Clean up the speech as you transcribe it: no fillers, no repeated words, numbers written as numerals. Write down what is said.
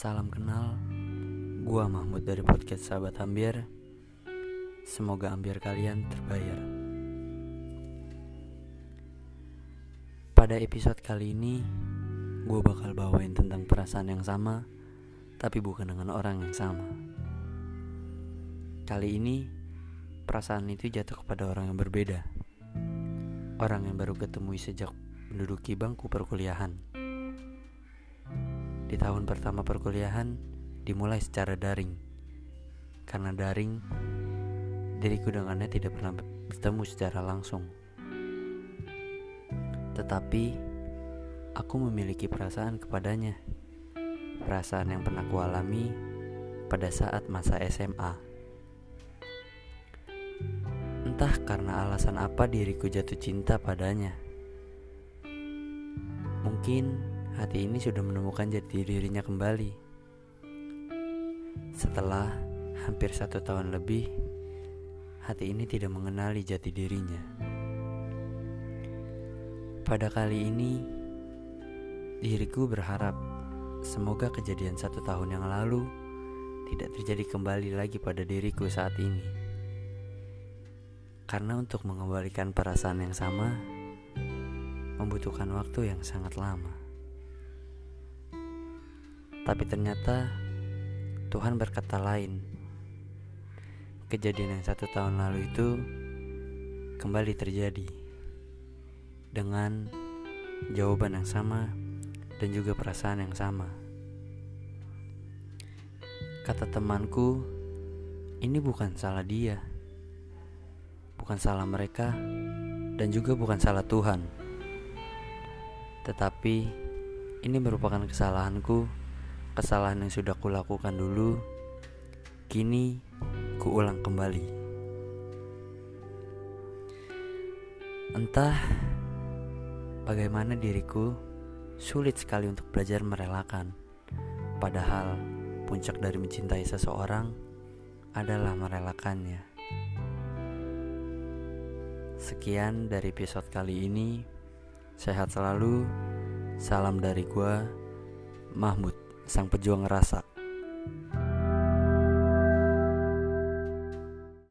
Salam kenal, gua Mahmud dari podcast Sahabat Ambiar. Semoga ambiar kalian terbayar. Pada episode kali ini, gua bakal bawain tentang perasaan yang sama, tapi bukan dengan orang yang sama. Kali ini, perasaan itu jatuh kepada orang yang berbeda. Orang yang baru ketemui sejak menduduki bangku perkuliahan. Di tahun pertama perkuliahan dimulai secara daring. Karena daring, diriku dengannya tidak pernah bertemu secara langsung. Tetapi aku memiliki perasaan kepadanya. Perasaan yang pernah kualami pada saat masa SMA. Entah karena alasan apa diriku jatuh cinta padanya. Mungkin hati ini sudah menemukan jati dirinya kembali. Setelah hampir 1 tahun lebih, hati ini tidak mengenali jati dirinya. Pada kali ini, diriku berharap semoga kejadian 1 tahun yang lalu tidak terjadi kembali lagi pada diriku saat ini. Karena untuk mengembalikan perasaan yang sama membutuhkan waktu yang sangat lama. Tapi ternyata Tuhan berkata lain. Kejadian yang 1 tahun lalu itu kembali terjadi dengan jawaban yang sama dan juga perasaan yang sama. Kata temanku, ini bukan salah dia, bukan salah mereka, dan juga bukan salah Tuhan. Tetapi ini merupakan kesalahanku. Kesalahan yang sudah kulakukan dulu, kini kuulang kembali. Entah bagaimana diriku sulit sekali untuk belajar merelakan. Padahal puncak dari mencintai seseorang adalah merelakannya. Sekian dari episode kali ini. Sehat selalu. Salam dari gua, Mahmud, sang pejuang rasa.